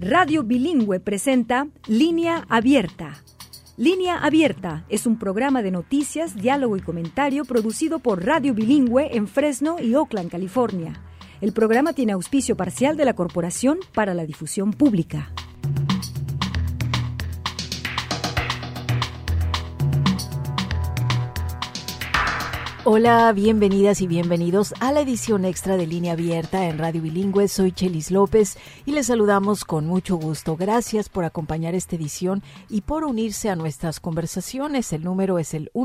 Radio Bilingüe presenta Línea Abierta. Línea Abierta es un programa de noticias, diálogo y comentario producido por Radio Bilingüe en Fresno y Oakland, California. El programa tiene auspicio parcial de la Corporación para la Difusión Pública. Hola, bienvenidas y bienvenidos a la edición extra de Línea Abierta en Radio Bilingüe. Soy Chelis López y les saludamos con mucho gusto. Gracias por acompañar esta edición y por unirse a nuestras conversaciones. El número es el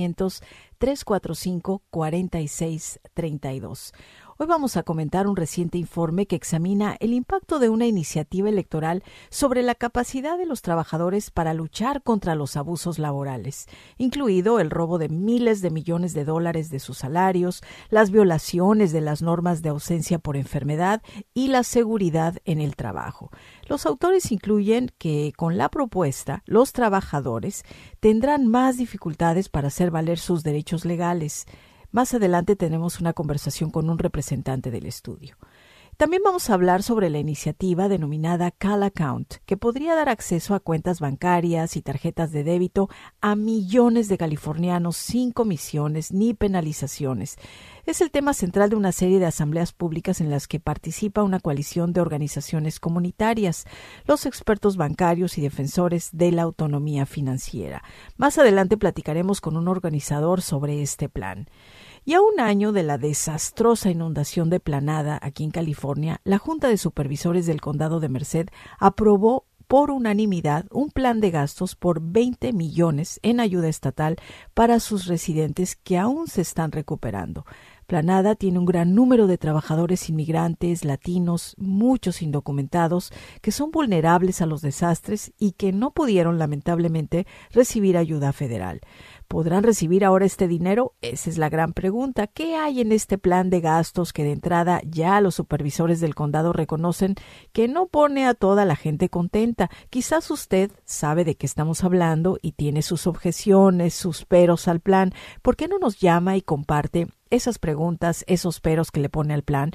1-800-345-4632. Hoy vamos a comentar un reciente informe que examina el impacto de una iniciativa electoral sobre la capacidad de los trabajadores para luchar contra los abusos laborales, incluido el robo de miles de millones de dólares de sus salarios, las violaciones de las normas de ausencia por enfermedad y la seguridad en el trabajo. Los autores incluyen que con la propuesta, los trabajadores tendrán más dificultades para hacer valer sus derechos legales. Más adelante tenemos una conversación con un representante del estudio. También vamos a hablar sobre la iniciativa denominada Cal Account, que podría dar acceso a cuentas bancarias y tarjetas de débito a millones de californianos sin comisiones ni penalizaciones. Es el tema central de una serie de asambleas públicas en las que participa una coalición de organizaciones comunitarias, los expertos bancarios y defensores de la autonomía financiera. Más adelante platicaremos con un organizador sobre este plan. Y a un año de la desastrosa inundación de Planada aquí en California, la Junta de Supervisores del Condado de Merced aprobó por unanimidad un plan de gastos por 20 millones en ayuda estatal para sus residentes que aún se están recuperando. Planada tiene un gran número de trabajadores inmigrantes, latinos, muchos indocumentados, que son vulnerables a los desastres y que no pudieron, lamentablemente, recibir ayuda federal. ¿Podrán recibir ahora este dinero? Esa es la gran pregunta. ¿Qué hay en este plan de gastos que de entrada ya los supervisores del condado reconocen que no pone a toda la gente contenta? Quizás usted sabe de qué estamos hablando y tiene sus objeciones, sus peros al plan. ¿Por qué no nos llama y comparte esas preguntas, esos peros que le pone al plan?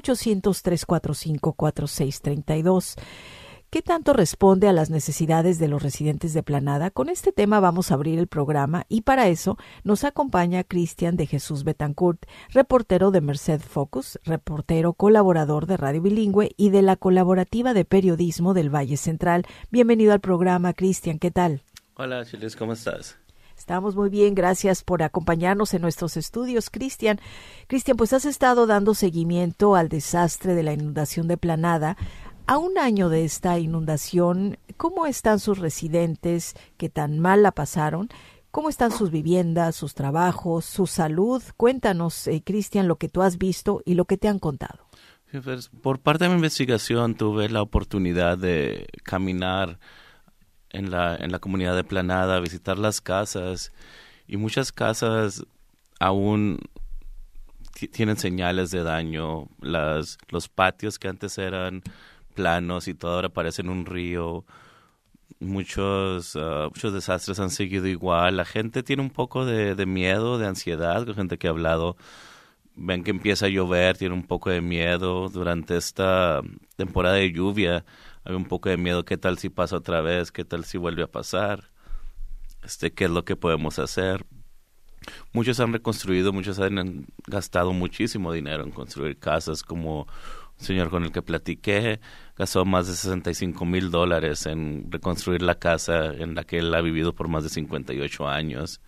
1-800-345-4632. ¿Qué tanto responde a las necesidades de los residentes de Planada? Con este tema vamos a abrir el programa y para eso nos acompaña Cristian de Jesús Betancourt, reportero de Merced Focus, reportero colaborador de Radio Bilingüe y de la Colaborativa de Periodismo del Valle Central. Bienvenido al programa, Cristian. ¿Qué tal? Hola, Chiles, ¿cómo estás? Estamos muy bien, gracias por acompañarnos en nuestros estudios, Cristian. Cristian, pues has estado dando seguimiento al desastre de la inundación de Planada. A un año de esta inundación, ¿cómo están sus residentes que tan mal la pasaron? ¿Cómo están sus viviendas, sus trabajos, su salud? Cuéntanos, Cristian, lo que tú has visto y lo que te han contado. Sí, pues, por parte de mi investigación tuve la oportunidad de caminar en la comunidad de Planada, visitar las casas, y muchas casas aún tienen señales de daño. Los patios que antes eran planos y todo ahora parecen un río. Muchos desastres han seguido igual. La gente tiene un poco de miedo, de ansiedad. Con gente que ha hablado, ven que empieza a llover, tiene un poco de miedo. Durante esta temporada de lluvia hay un poco de miedo. ¿Qué tal si pasa otra vez? ¿Qué tal si vuelve a pasar? ¿Qué es lo que podemos hacer? Muchos han reconstruido, muchos han gastado muchísimo dinero en construir casas, como un señor con el que platiqué gastó más de $65,000 en reconstruir la casa en la que él ha vivido por más de 58 años.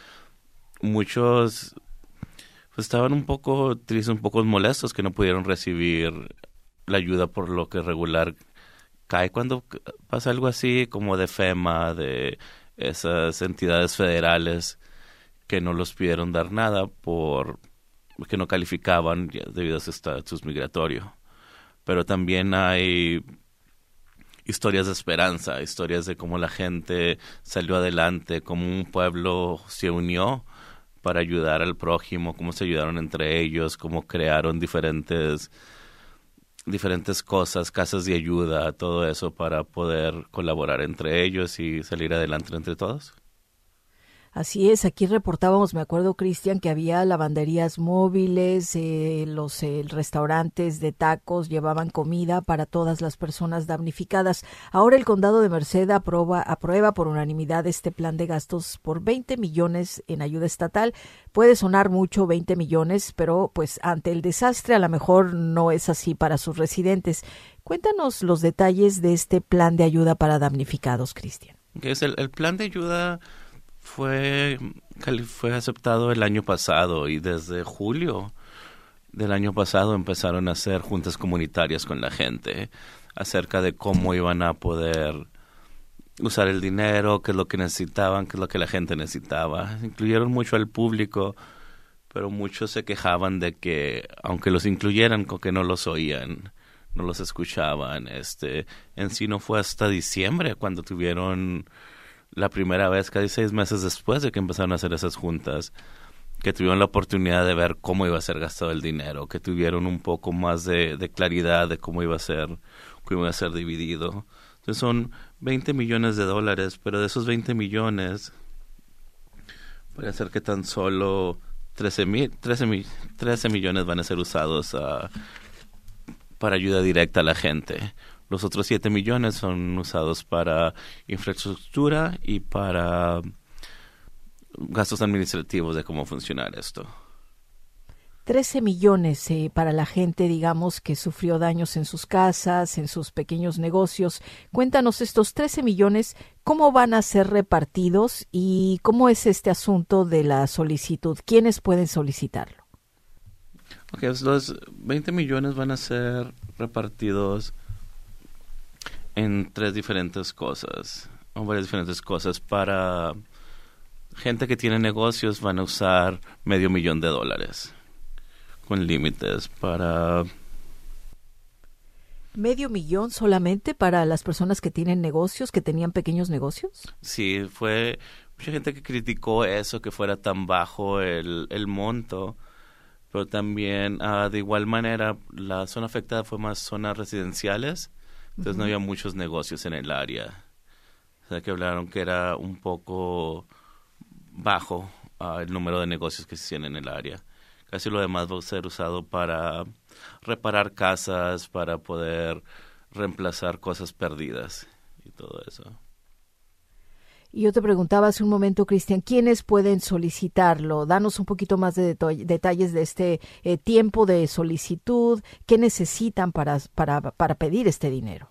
Muchos pues, estaban un poco tristes, un poco molestos que no pudieron recibir la ayuda por lo que regular cae cuando pasa algo así, como de FEMA, de esas entidades federales que no los pidieron dar nada porque no calificaban debido a su estatus migratorio. Pero también hay historias de esperanza, historias de cómo la gente salió adelante, cómo un pueblo se unió para ayudar al prójimo, cómo se ayudaron entre ellos, cómo crearon diferentes cosas, casas de ayuda, todo eso para poder colaborar entre ellos y salir adelante entre todos. Así es, aquí reportábamos, me acuerdo, Cristian, que había lavanderías móviles, los restaurantes de tacos llevaban comida para todas las personas damnificadas. Ahora el condado de Merced aprueba por unanimidad este plan de gastos por 20 millones en ayuda estatal. Puede sonar mucho 20 millones, pero pues ante el desastre a lo mejor no es así para sus residentes. Cuéntanos los detalles de este plan de ayuda para damnificados, Cristian. El plan de ayuda fue aceptado el año pasado y desde julio del año pasado empezaron a hacer juntas comunitarias con la gente acerca de cómo iban a poder usar el dinero, qué es lo que necesitaban, qué es lo que la gente necesitaba. Incluyeron mucho al público, pero muchos se quejaban de que aunque los incluyeran, con que no los oían, no los escuchaban. En sí no fue hasta diciembre cuando tuvieron la primera vez, casi 6 meses después de que empezaron a hacer esas juntas, que tuvieron la oportunidad de ver cómo iba a ser gastado el dinero, que tuvieron un poco más de claridad de cómo iba a ser dividido. Entonces son 20 millones de dólares, pero de esos 20 millones puede ser que tan solo 13 millones van a ser usados para ayuda directa a la gente. Los otros 7 millones son usados para infraestructura y para gastos administrativos de cómo funcionar esto. 13 millones para la gente, digamos, que sufrió daños en sus casas, en sus pequeños negocios. Cuéntanos estos 13 millones, ¿cómo van a ser repartidos y cómo es este asunto de la solicitud? ¿Quiénes pueden solicitarlo? Okay, los 20 millones van a ser repartidos en varias diferentes cosas. Para gente que tiene negocios van a usar $500,000 con límites para... ¿$500,000 solamente para las personas que tienen negocios, que tenían pequeños negocios? Sí, fue mucha gente que criticó eso, que fuera tan bajo el monto, pero también de igual manera la zona afectada fue más zonas residenciales. Entonces no había muchos negocios en el área. O sea, que hablaron que era un poco bajo el número de negocios que se hacían en el área. Casi lo demás va a ser usado para reparar casas, para poder reemplazar cosas perdidas y todo eso. Y yo te preguntaba hace un momento, Cristian, ¿quiénes pueden solicitarlo? Danos un poquito más de detalles de este tiempo de solicitud. ¿Qué necesitan para pedir este dinero?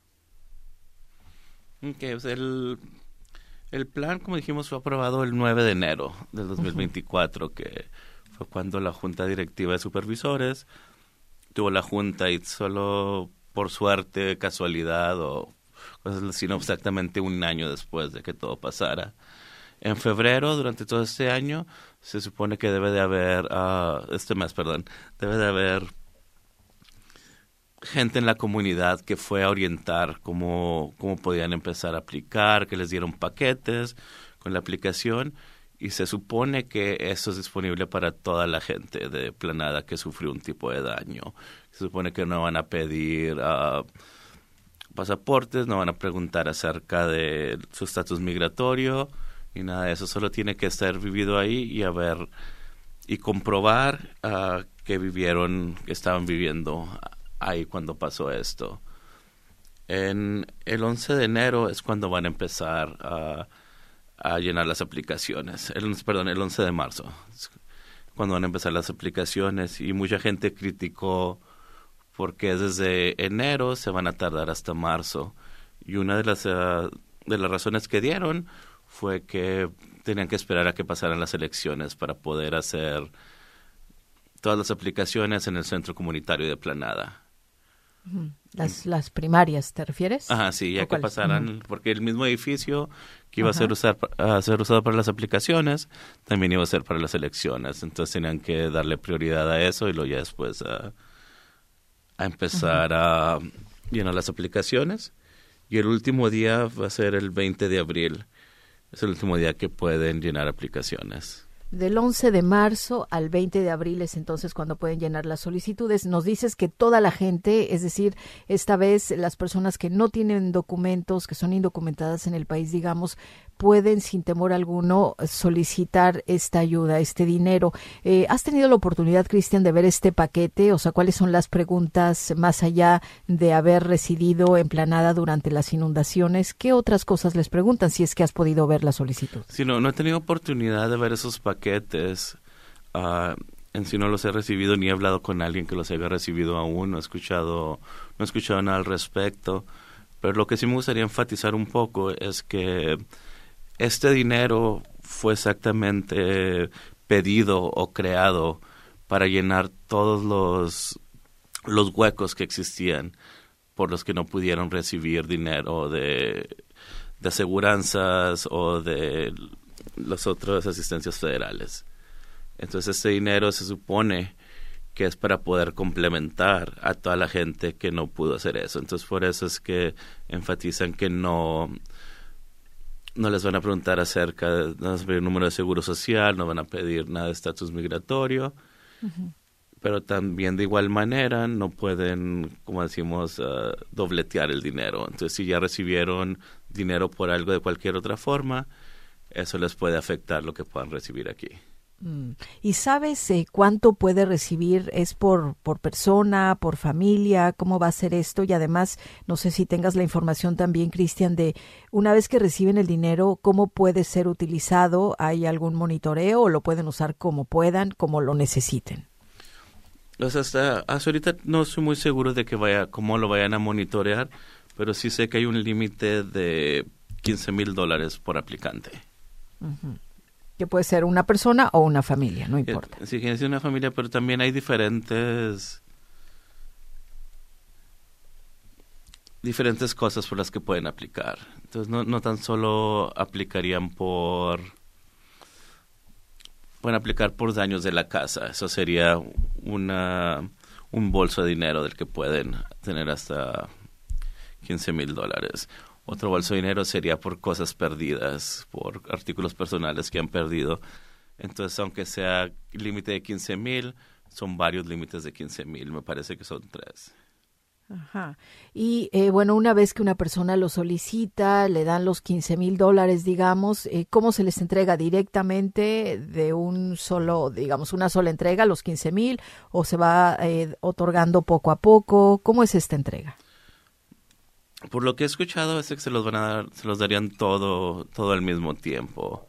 Okay, pues el plan, como dijimos, fue aprobado el 9 de enero del 2024, que fue cuando la Junta Directiva de Supervisores tuvo la junta y solo por suerte, casualidad o cosas así, no exactamente un año después de que todo pasara. En febrero, durante todo este año, se supone que debe de haber, debe de haber gente en la comunidad que fue a orientar cómo podían empezar a aplicar, que les dieron paquetes con la aplicación, y se supone que eso es disponible para toda la gente de Planada que sufrió un tipo de daño. Se supone que no van a pedir pasaportes, no van a preguntar acerca de su estatus migratorio y nada de eso, solo tiene que estar vivido ahí y comprobar que estaban viviendo ahí cuando pasó esto. En el 11 de enero es cuando van a empezar a llenar las aplicaciones. El 11 de marzo es cuando van a empezar las aplicaciones, y mucha gente criticó porque desde enero se van a tardar hasta marzo. Y una de las razones que dieron fue que tenían que esperar a que pasaran las elecciones para poder hacer todas las aplicaciones en el centro comunitario de Planada. Las primarias, ¿te refieres? Ajá, sí, ya que pasaran, porque el mismo edificio que iba a ser usado para las aplicaciones también iba a ser para las elecciones. Entonces tenían que darle prioridad a eso y luego ya después a empezar a llenar las aplicaciones. Y el último día va a ser el 20 de abril. Es el último día que pueden llenar aplicaciones. Del 11 de marzo al 20 de abril es entonces cuando pueden llenar las solicitudes. Nos dices que toda la gente, es decir, esta vez las personas que no tienen documentos, que son indocumentadas en el país, digamos, pueden sin temor alguno solicitar esta ayuda, este dinero. ¿Has tenido la oportunidad, Cristian, de ver este paquete? O sea, ¿cuáles son las preguntas más allá de haber residido en Planada durante las inundaciones? ¿Qué otras cosas les preguntan si es que has podido ver la solicitud? Sí, no he tenido oportunidad de ver esos paquetes. En sí no los he recibido ni he hablado con alguien que los haya recibido aún. No he escuchado nada al respecto. Pero lo que sí me gustaría enfatizar un poco es que este dinero fue exactamente pedido o creado para llenar todos los huecos que existían por los que no pudieron recibir dinero de aseguranzas o de las otras asistencias federales. Entonces este dinero se supone que es para poder complementar a toda la gente que no pudo hacer eso. Entonces por eso es que enfatizan que no les van a preguntar acerca no van a pedir el número de seguro social, no van a pedir nada de estatus migratorio, pero también de igual manera no pueden, como decimos, dobletear el dinero. Entonces si ya recibieron dinero por algo de cualquier otra forma, eso les puede afectar lo que puedan recibir aquí. ¿Y sabes cuánto puede recibir? ¿Es por persona, por familia? ¿Cómo va a ser esto? Y además, no sé si tengas la información también, Cristian, de una vez que reciben el dinero, ¿cómo puede ser utilizado? ¿Hay algún monitoreo o lo pueden usar como puedan, como lo necesiten? Pues hasta ahorita no estoy muy seguro de cómo lo vayan a monitorear, pero sí sé que hay un límite de $15,000 por aplicante. Que puede ser una persona o una familia, no importa. Sí, que es una familia, pero también hay diferentes cosas por las que pueden aplicar. Entonces, no tan solo pueden aplicar por daños de la casa. Eso sería un bolso de dinero del que pueden tener hasta $15,000. Otro bolso de dinero sería por cosas perdidas, por artículos personales que han perdido. Entonces, aunque sea límite de 15,000, son varios límites de 15,000. Me parece que son 3. Ajá. Y bueno, una vez que una persona lo solicita, le dan los $15,000, digamos, ¿cómo se les entrega? ¿Directamente de un solo, digamos, una sola entrega, los 15,000, o se va otorgando poco a poco? ¿Cómo es esta entrega? Por lo que he escuchado es que se los darían todo al mismo tiempo.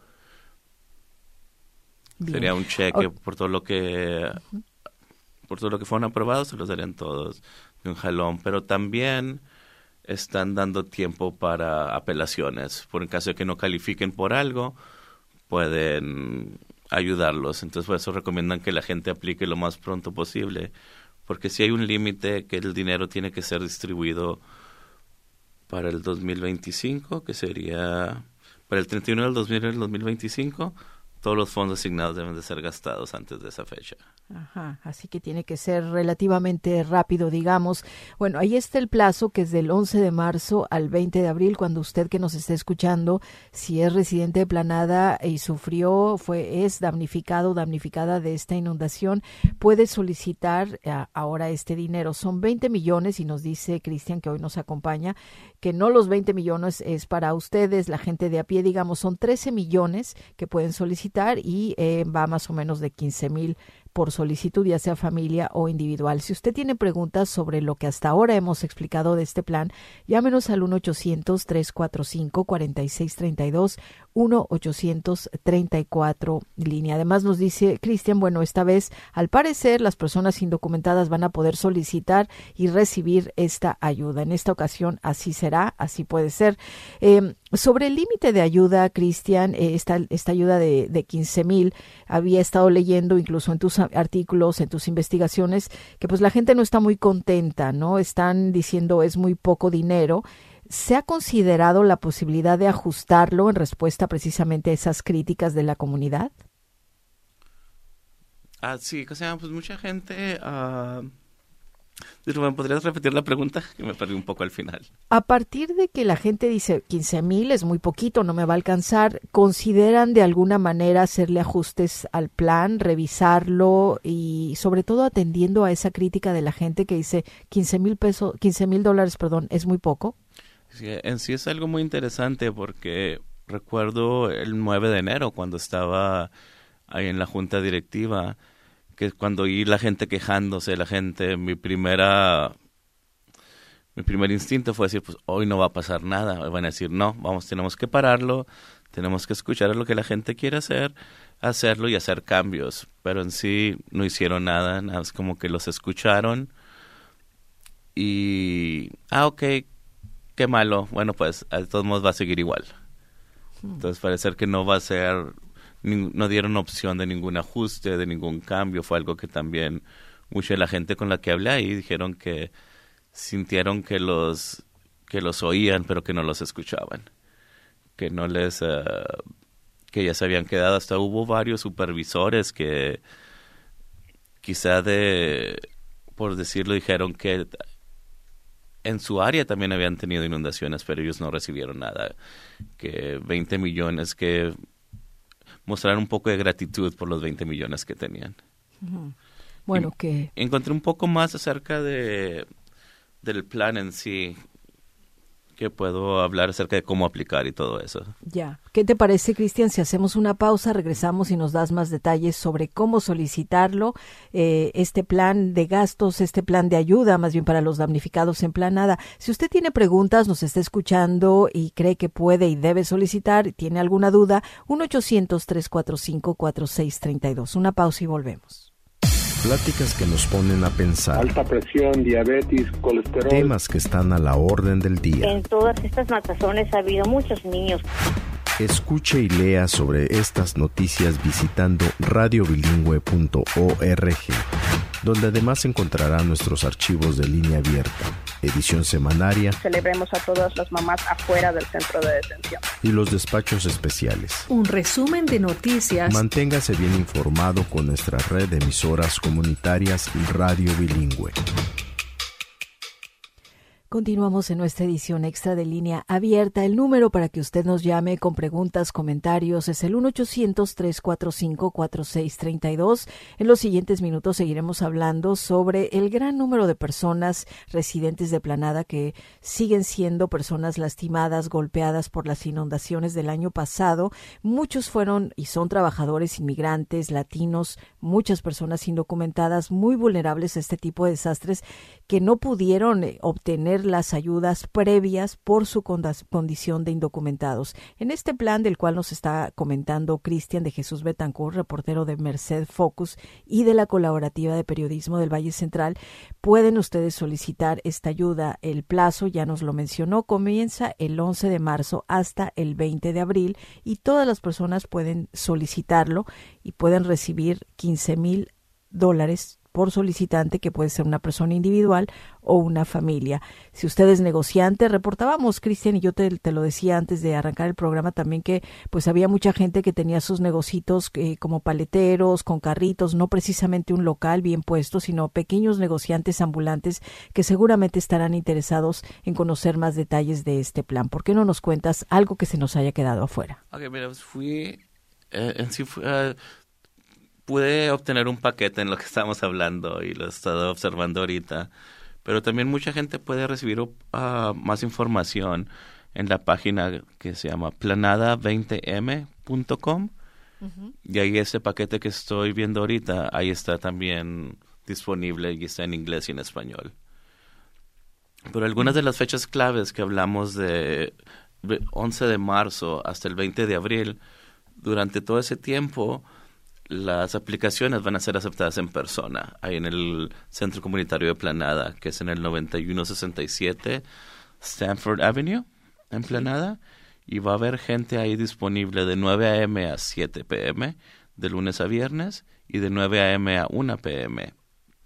Bien. Sería un cheque por todo lo que fueron aprobados, se los darían todos de un jalón, pero también están dando tiempo para apelaciones. Por en caso de que no califiquen por algo, pueden ayudarlos. Entonces por eso recomiendan que la gente aplique lo más pronto posible, porque si hay un límite que el dinero tiene que ser distribuido para el 2025, que sería para el 31 del 2025, todos los fondos asignados deben de ser gastados antes de esa fecha. Ajá, así que tiene que ser relativamente rápido, digamos. Bueno, ahí está el plazo, que es del 11 de marzo al 20 de abril, cuando usted que nos esté escuchando, si es residente de Planada y es damnificado, damnificada de esta inundación, puede solicitar ahora este dinero. Son 20 millones y nos dice Cristian, que hoy nos acompaña, que no los 20 millones es para ustedes, la gente de a pie, digamos, son 13 millones que pueden solicitar y va más o menos de 15,000 por solicitud, ya sea familia o individual. Si usted tiene preguntas sobre lo que hasta ahora hemos explicado de este plan, llámenos al 1-800-345-4632, 1-800-34 línea. Además nos dice Cristian, bueno, esta vez al parecer las personas indocumentadas van a poder solicitar y recibir esta ayuda. En esta ocasión así será, así puede ser. Sobre el límite de ayuda, Cristian, esta ayuda de 15,000, había estado leyendo incluso en tus artículos, en tus investigaciones, que pues la gente no está muy contenta, ¿no? Están diciendo es muy poco dinero. ¿Se ha considerado la posibilidad de ajustarlo en respuesta precisamente a esas críticas de la comunidad? Sí, o sea, pues mucha gente... ¿Me podrías repetir la pregunta? Que me perdí un poco al final. A partir de que la gente dice 15,000 es muy poquito, no me va a alcanzar, ¿consideran de alguna manera hacerle ajustes al plan, revisarlo y sobre todo atendiendo a esa crítica de la gente que dice $15,000, es muy poco? Sí, en sí es algo muy interesante porque recuerdo el 9 de enero cuando estaba ahí en la junta directiva, que cuando oí la gente quejándose, mi primer instinto fue decir, pues hoy no va a pasar nada. Van a decir, no, tenemos que pararlo, tenemos que escuchar lo que la gente quiere hacerlo y hacer cambios. Pero en sí no hicieron nada es como que los escucharon y, ok, qué malo, bueno, pues de todos modos va a seguir igual. Entonces parece que no va a ser, no dieron opción de ningún ajuste, de ningún cambio. Fue algo que también mucha de la gente con la que hablé ahí dijeron que sintieron que los oían pero que no los escuchaban, que no les que ya se habían quedado. Hasta hubo varios supervisores que quizá por decirlo, dijeron que en su área también habían tenido inundaciones, pero ellos no recibieron nada. Que 20 millones, que mostraron un poco de gratitud por los 20 millones que tenían. Bueno, encontré un poco más acerca del plan en sí, que puedo hablar acerca de cómo aplicar y todo eso. Ya. ¿Qué te parece, Cristian, si hacemos una pausa, regresamos y nos das más detalles sobre cómo solicitarlo, este plan de gastos, este plan de ayuda, más bien para los damnificados en Planada? Si usted tiene preguntas, nos está escuchando y cree que puede y debe solicitar, tiene alguna duda, 1-800-345-4632. Una pausa y volvemos. Pláticas que nos ponen a pensar. Alta presión, diabetes, colesterol. Temas que están a la orden del día. En todas estas matazones ha habido muchos niños. Escuche y lea sobre estas noticias visitando radiobilingüe.org, donde además encontrará nuestros archivos de línea abierta, edición semanaria. Celebremos a todas las mamás afuera del centro de detención. Y los despachos especiales. Un resumen de noticias. Manténgase bien informado con nuestra red de emisoras comunitarias Radio Bilingüe. Continuamos en nuestra edición extra de Línea Abierta. El número para que usted nos llame con preguntas, comentarios es el 1-800-345-4632. En los siguientes minutos seguiremos hablando sobre el gran número de personas residentes de Planada que siguen siendo personas lastimadas, golpeadas por las inundaciones del año pasado. Muchos fueron y son trabajadores inmigrantes, latinos, muchas personas indocumentadas, muy vulnerables a este tipo de desastres que no pudieron obtener las ayudas previas por su condición de indocumentados. En este plan del cual nos está comentando Cristian de Jesús Betancourt, reportero de Merced Focus y de la Colaborativa de Periodismo del Valle Central, pueden ustedes solicitar esta ayuda. El plazo, ya nos lo mencionó, comienza el 11 de marzo hasta el 20 de abril y todas las personas pueden solicitarlo y pueden recibir $15,000 por solicitante, que puede ser una persona individual o una familia. Si usted es negociante, reportábamos, Cristian, y yo te lo decía antes de arrancar el programa también, que pues había mucha gente que tenía sus negocitos como paleteros, con carritos, no precisamente un local bien puesto, sino pequeños negociantes ambulantes que seguramente estarán interesados en conocer más detalles de este plan. ¿Por qué no nos cuentas algo que se nos haya quedado afuera? Ok, mira, pude obtener un paquete en lo que estamos hablando y lo he estado observando ahorita, pero también mucha gente puede recibir más información en la página que se llama planada20m.com. Y ahí ese paquete que estoy viendo ahorita, ahí está también disponible y está en inglés y en español. Pero algunas de las fechas claves que hablamos de 11 de marzo hasta el 20 de abril, durante todo ese tiempo las aplicaciones van a ser aceptadas en persona, ahí en el Centro Comunitario de Planada, que es en el 9167 Stanford Avenue, en Planada, y va a haber gente ahí disponible de 9 a.m. a 7 p.m., de lunes a viernes, y de 9 a.m. a 1 p.m.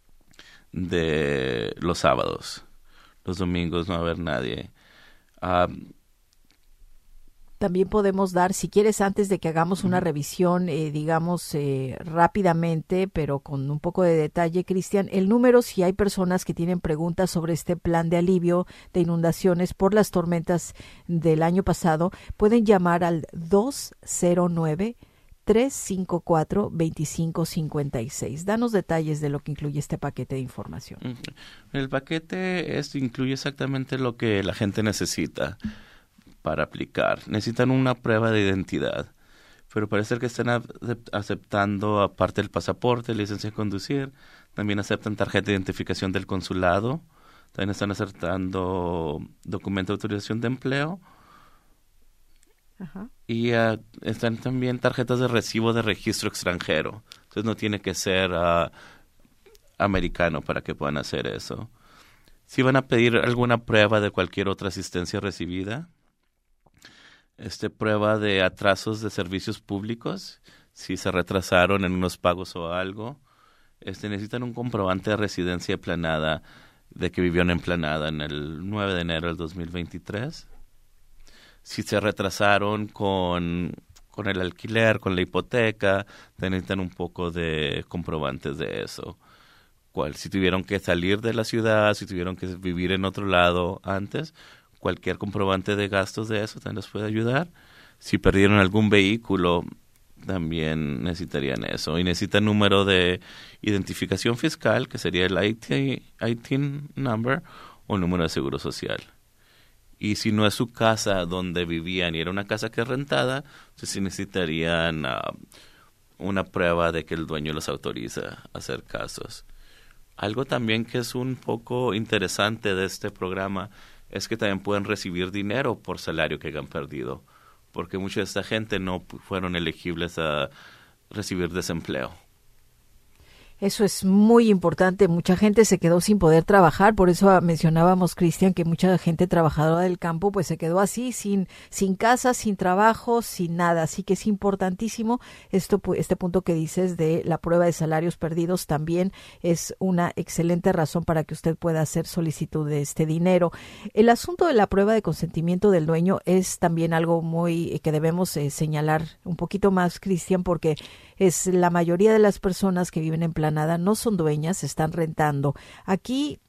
de los sábados. Los domingos no va a haber nadie. También podemos dar, si quieres, antes de que hagamos una revisión, rápidamente, pero con un poco de detalle, Cristian, el número, si hay personas que tienen preguntas sobre este plan de alivio de inundaciones por las tormentas del año pasado, pueden llamar al 209-354-2556. Danos detalles de lo que incluye este paquete de información. El paquete incluye exactamente lo que la gente necesita para aplicar. Necesitan una prueba de identidad, pero parece que están aceptando, aparte del pasaporte, licencia de conducir, también aceptan tarjeta de identificación del consulado, también están aceptando documento de autorización de empleo. Ajá. Y están también tarjetas de recibo de registro extranjero. Entonces no tiene que ser americano para que puedan hacer eso. Si van a pedir alguna prueba de cualquier otra asistencia recibida, prueba de atrasos de servicios públicos, si se retrasaron en unos pagos o algo, necesitan un comprobante de residencia de Planada, de que vivieron en Planada en el 9 de enero del 2023. Si se retrasaron con el alquiler, con la hipoteca, necesitan un poco de comprobantes de eso. Si tuvieron que salir de la ciudad, si tuvieron que vivir en otro lado antes, cualquier comprobante de gastos de eso también les puede ayudar. Si perdieron algún vehículo, también necesitarían eso. Y necesitan número de identificación fiscal, que sería el ITIN number, o número de seguro social. Y si no es su casa donde vivían y era una casa que es rentada, entonces sí necesitarían una prueba de que el dueño los autoriza a hacer casos. Algo también que es un poco interesante de este programa es que también pueden recibir dinero por salario que hayan perdido, porque mucha de esta gente no fueron elegibles a recibir desempleo. Eso es muy importante. Mucha gente se quedó sin poder trabajar. Por eso mencionábamos, Cristian, que mucha gente trabajadora del campo pues se quedó así, sin casa, sin trabajo, sin nada. Así que es importantísimo este punto que dices de la prueba de salarios perdidos. También es una excelente razón para que usted pueda hacer solicitud de este dinero. El asunto de la prueba de consentimiento del dueño es también algo muy que debemos señalar un poquito más, Cristian, porque es la mayoría de las personas que viven en Planada no son dueñas, están rentando. Aquí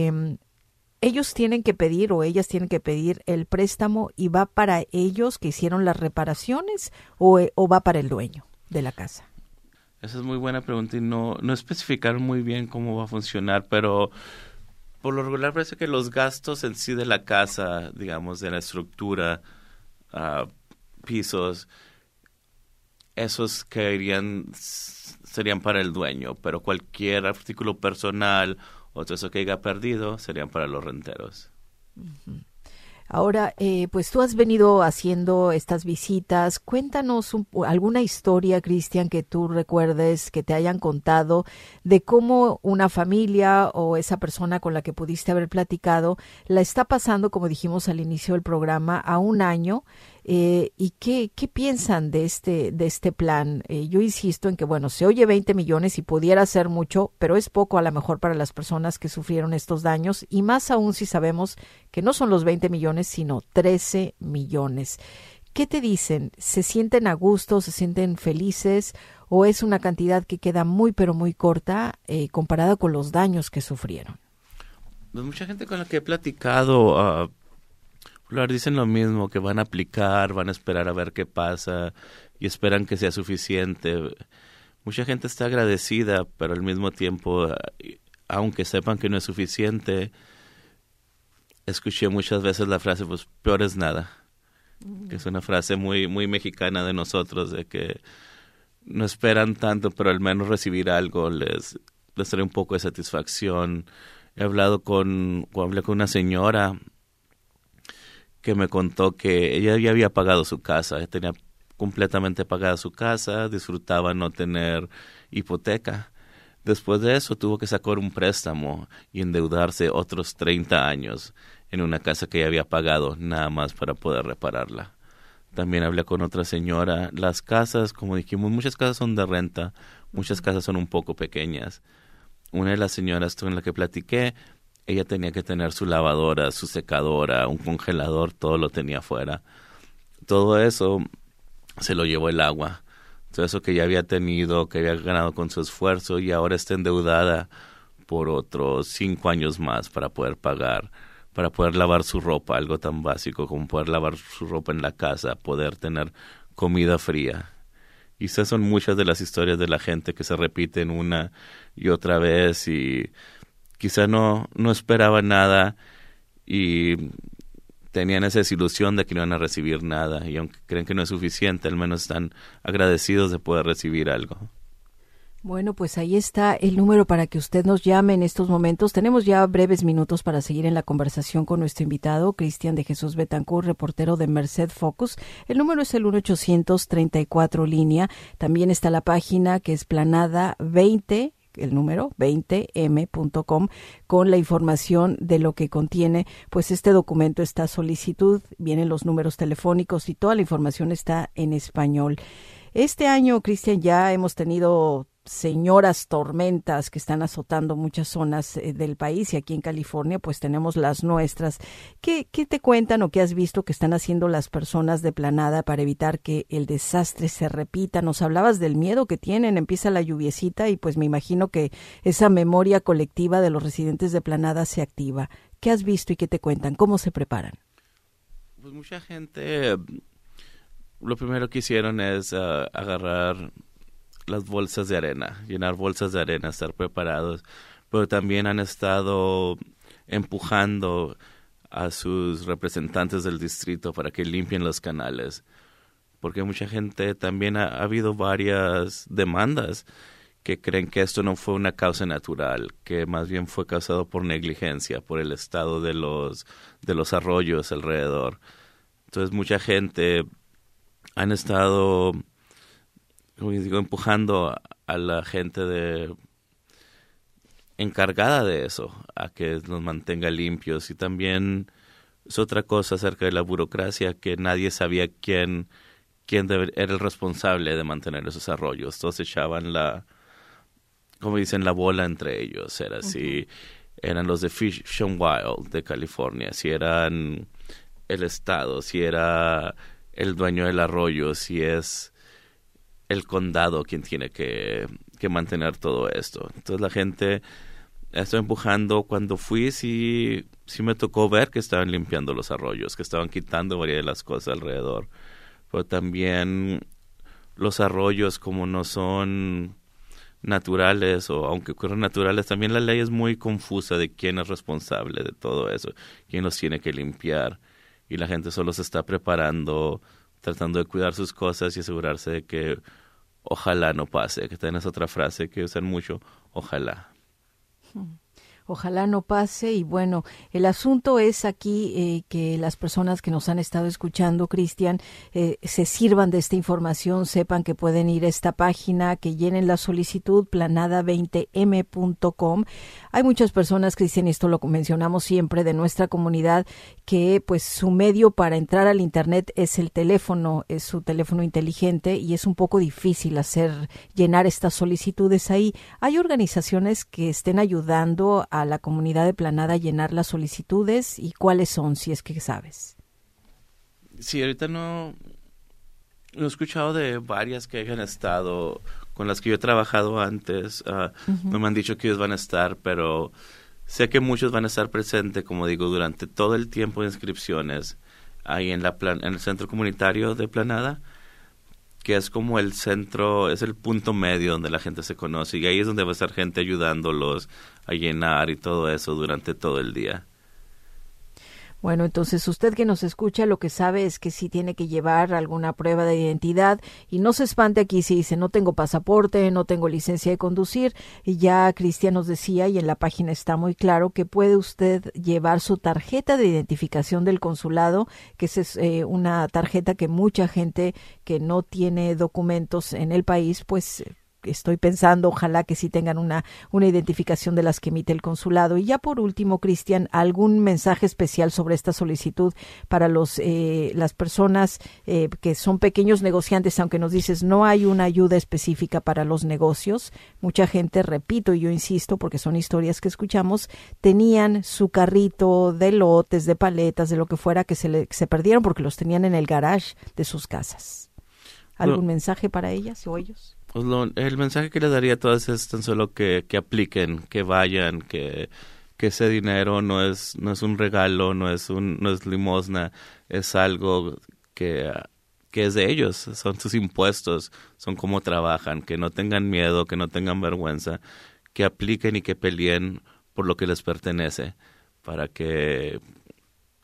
ellos tienen que pedir o ellas tienen que pedir el préstamo y va para ellos que hicieron las reparaciones o va para el dueño de la casa. Esa es muy buena pregunta y no especificaron muy bien cómo va a funcionar, pero por lo regular parece que los gastos en sí de la casa, digamos, de la estructura, pisos, esos serían para el dueño, pero cualquier artículo personal o todo eso que haya perdido serían para los renteros. Uh-huh. Ahora, pues tú has venido haciendo estas visitas. Cuéntanos alguna historia, Cristian, que tú recuerdes, que te hayan contado de cómo una familia o esa persona con la que pudiste haber platicado la está pasando, como dijimos al inicio del programa, a un año. ¿Y qué piensan de este plan? Yo insisto en que, bueno, se oye 20 millones y pudiera ser mucho, pero es poco a lo mejor para las personas que sufrieron estos daños, y más aún si sabemos que no son los 20 millones, sino 13 millones. ¿Qué te dicen? ¿Se sienten a gusto? ¿Se sienten felices? ¿O es una cantidad que queda muy, pero muy corta comparada con los daños que sufrieron? Pues mucha gente con la que he platicado dicen lo mismo, que van a aplicar, van a esperar a ver qué pasa y esperan que sea suficiente. Mucha gente está agradecida, pero al mismo tiempo, aunque sepan que no es suficiente, escuché muchas veces la frase, pues peor es nada, que es una frase muy, muy mexicana de nosotros, de que no esperan tanto, pero al menos recibir algo les trae un poco de satisfacción. Hablé con una señora que me contó que ella ya había pagado su casa, tenía completamente pagada su casa, disfrutaba no tener hipoteca. Después de eso tuvo que sacar un préstamo y endeudarse otros 30 años en una casa que ya había pagado nada más para poder repararla. También hablé con otra señora. Las casas, como dijimos, muchas casas son de renta, muchas casas son un poco pequeñas. Una de las señoras con la que platiqué, ella tenía que tener su lavadora, su secadora, un congelador, todo lo tenía afuera. Todo eso se lo llevó el agua. Todo eso que ya había tenido, que había ganado con su esfuerzo, y ahora está endeudada por otros 5 años más para poder pagar, para poder lavar su ropa, algo tan básico como poder lavar su ropa en la casa, poder tener comida fría. Y esas son muchas de las historias de la gente que se repiten una y otra vez, y quizá no esperaba nada y tenían esa desilusión de que no iban a recibir nada, y aunque creen que no es suficiente, al menos están agradecidos de poder recibir algo. Bueno, pues ahí está el número para que usted nos llame en estos momentos. Tenemos ya breves minutos para seguir en la conversación con nuestro invitado, Cristian de Jesús Betancourt, reportero de Merced Focus. El número es el 1-800-34-LÍNEA. También está la página que es Planada 20, el número 20m.com, con la información de lo que contiene pues este documento, esta solicitud. Vienen los números telefónicos y toda la información está en español. Este año, Cristian, ya hemos tenido señoras tormentas que están azotando muchas zonas del país, y aquí en California pues tenemos las nuestras. ¿Qué te cuentan o qué has visto que están haciendo las personas de Planada para evitar que el desastre se repita? Nos hablabas del miedo que tienen, empieza la lluviecita y pues me imagino que esa memoria colectiva de los residentes de Planada se activa. ¿Qué has visto y qué te cuentan? ¿Cómo se preparan? Pues mucha gente, lo primero que hicieron es agarrar las bolsas de arena, llenar bolsas de arena, estar preparados, pero también han estado empujando a sus representantes del distrito para que limpien los canales, porque mucha gente también ha habido varias demandas que creen que esto no fue una causa natural, que más bien fue causado por negligencia, por el estado de los arroyos alrededor. Entonces mucha gente han estado, como digo, empujando a la gente encargada de eso, a que nos mantenga limpios. Y también es otra cosa acerca de la burocracia, que nadie sabía quién era el responsable de mantener esos arroyos. Todos echaban la bola entre ellos. Era si eran los de Fish and Wild de California, si eran el estado, si era el dueño del arroyo, si es el condado quien tiene que mantener todo esto. Entonces la gente está empujando. Cuando fui, sí me tocó ver que estaban limpiando los arroyos, que estaban quitando varias de las cosas alrededor. Pero también los arroyos, como no son naturales, o aunque ocurren naturales, también la ley es muy confusa de quién es responsable de todo eso, quién los tiene que limpiar. Y la gente solo se está preparando, tratando de cuidar sus cosas y asegurarse de que ojalá no pase, que tenés otra frase que usan mucho, ojalá. Ojalá no pase. Y bueno, el asunto es aquí que las personas que nos han estado escuchando, Cristian, se sirvan de esta información, sepan que pueden ir a esta página, que llenen la solicitud, planada20m.com. Hay muchas personas, Cristian, y esto lo mencionamos siempre, de nuestra comunidad, que pues su medio para entrar al Internet es el teléfono, es su teléfono inteligente, y es un poco difícil llenar estas solicitudes ahí. Hay organizaciones que estén ayudando a la comunidad de Planada a llenar las solicitudes, y cuáles son, si es que sabes. Sí, ahorita no he escuchado de varias que hayan estado, con las que yo he trabajado antes. No me han dicho que ellos van a estar, pero sé que muchos van a estar presentes, como digo, durante todo el tiempo de inscripciones ahí en el centro comunitario de Planada, que es como el centro, es el punto medio donde la gente se conoce, y ahí es donde va a estar gente ayudándolos a llenar y todo eso durante todo el día. Bueno, entonces usted que nos escucha, lo que sabe es que sí tiene que llevar alguna prueba de identidad, y no se espante aquí si dice no tengo pasaporte, no tengo licencia de conducir. Y ya Cristian nos decía, y en la página está muy claro, que puede usted llevar su tarjeta de identificación del consulado, que es una tarjeta que mucha gente que no tiene documentos en el país, pues estoy pensando, ojalá que sí tengan una identificación de las que emite el consulado. Y ya por último, Cristian, ¿algún mensaje especial sobre esta solicitud para las personas que son pequeños negociantes? Aunque nos dices no hay una ayuda específica para los negocios, mucha gente, repito y yo insisto porque son historias que escuchamos, tenían su carrito de lotes, de paletas, de lo que fuera, que se perdieron porque los tenían en el garage de sus casas. ¿Algún mensaje para ellas o ellos? Pues el mensaje que le daría a todas es tan solo que apliquen, que vayan, que ese dinero no es un regalo, no es limosna, es algo que es de ellos, son sus impuestos, son cómo trabajan, que no tengan miedo, que no tengan vergüenza, que apliquen y que peleen por lo que les pertenece, para que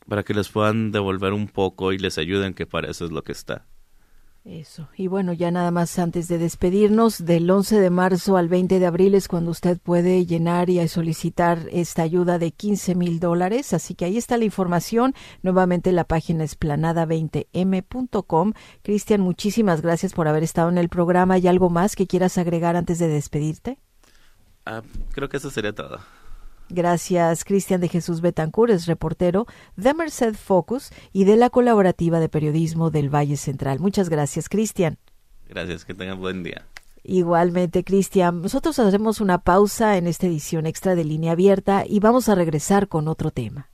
que les puedan devolver un poco y les ayuden, que para eso es lo que está. Eso. Y bueno, ya nada más antes de despedirnos, del 11 de marzo al 20 de abril es cuando usted puede llenar y solicitar esta ayuda de $15,000. Así que ahí está la información. Nuevamente la página es planada20m.com. Cristian, muchísimas gracias por haber estado en el programa. ¿Hay algo más que quieras agregar antes de despedirte? Creo que eso sería todo. Gracias, Cristian de Jesús Betancourt, es reportero de Merced Focus y de la Colaborativa de Periodismo del Valle Central. Muchas gracias, Cristian. Gracias, que tengan buen día. Igualmente, Cristian. Nosotros haremos una pausa en esta edición extra de Línea Abierta y vamos a regresar con otro tema.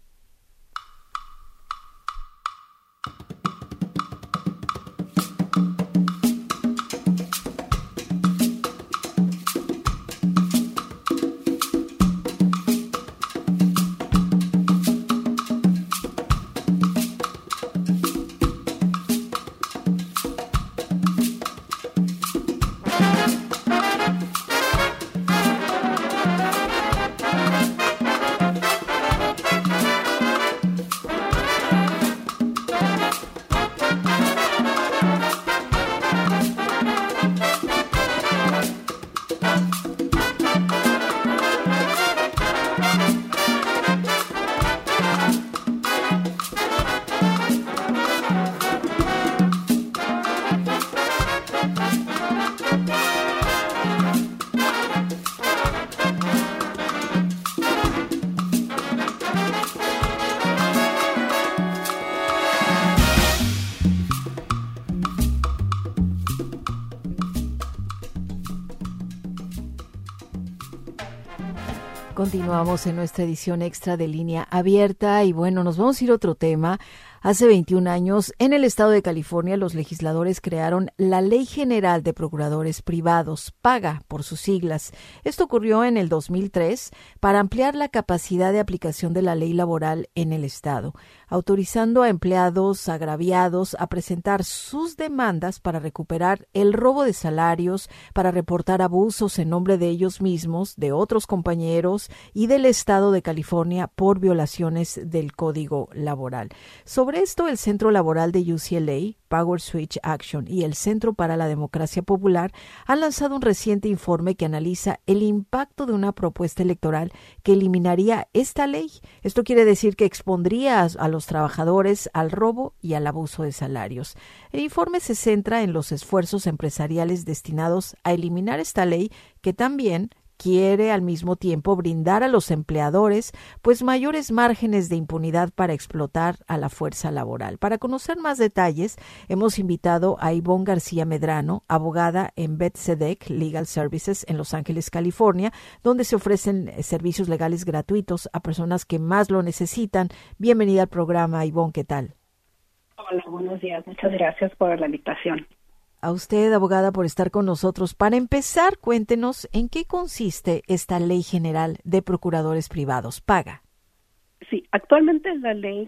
Continuamos en nuestra edición extra de Línea Abierta y bueno, nos vamos a ir a otro tema. Hace 21 años, en el estado de California, los legisladores crearon la Ley General de Procuradores Privados, PAGA por sus siglas. Esto ocurrió en el 2003 para ampliar la capacidad de aplicación de la ley laboral en el estado, autorizando a empleados agraviados a presentar sus demandas para recuperar el robo de salarios, para reportar abusos en nombre de ellos mismos, de otros compañeros y del estado de California por violaciones del Código Laboral. Sobre esto, el Centro Laboral de UCLA, Power Switch Action y el Centro para la Democracia Popular han lanzado un reciente informe que analiza el impacto de una propuesta electoral que eliminaría esta ley. Esto quiere decir que expondría a los trabajadores al robo y al abuso de salarios. El informe se centra en los esfuerzos empresariales destinados a eliminar esta ley, que también quiere al mismo tiempo brindar a los empleadores pues mayores márgenes de impunidad para explotar a la fuerza laboral. Para conocer más detalles, hemos invitado a Ivonne García Medrano, abogada en Beth-Tzedek Legal Services en Los Ángeles, California, donde se ofrecen servicios legales gratuitos a personas que más lo necesitan. Bienvenida al programa, Ivonne, ¿qué tal? Hola, buenos días. Muchas gracias por la invitación. A usted, abogada, por estar con nosotros. Para empezar, cuéntenos en qué consiste esta Ley General de Procuradores Privados, PAGA. Sí, actualmente la Ley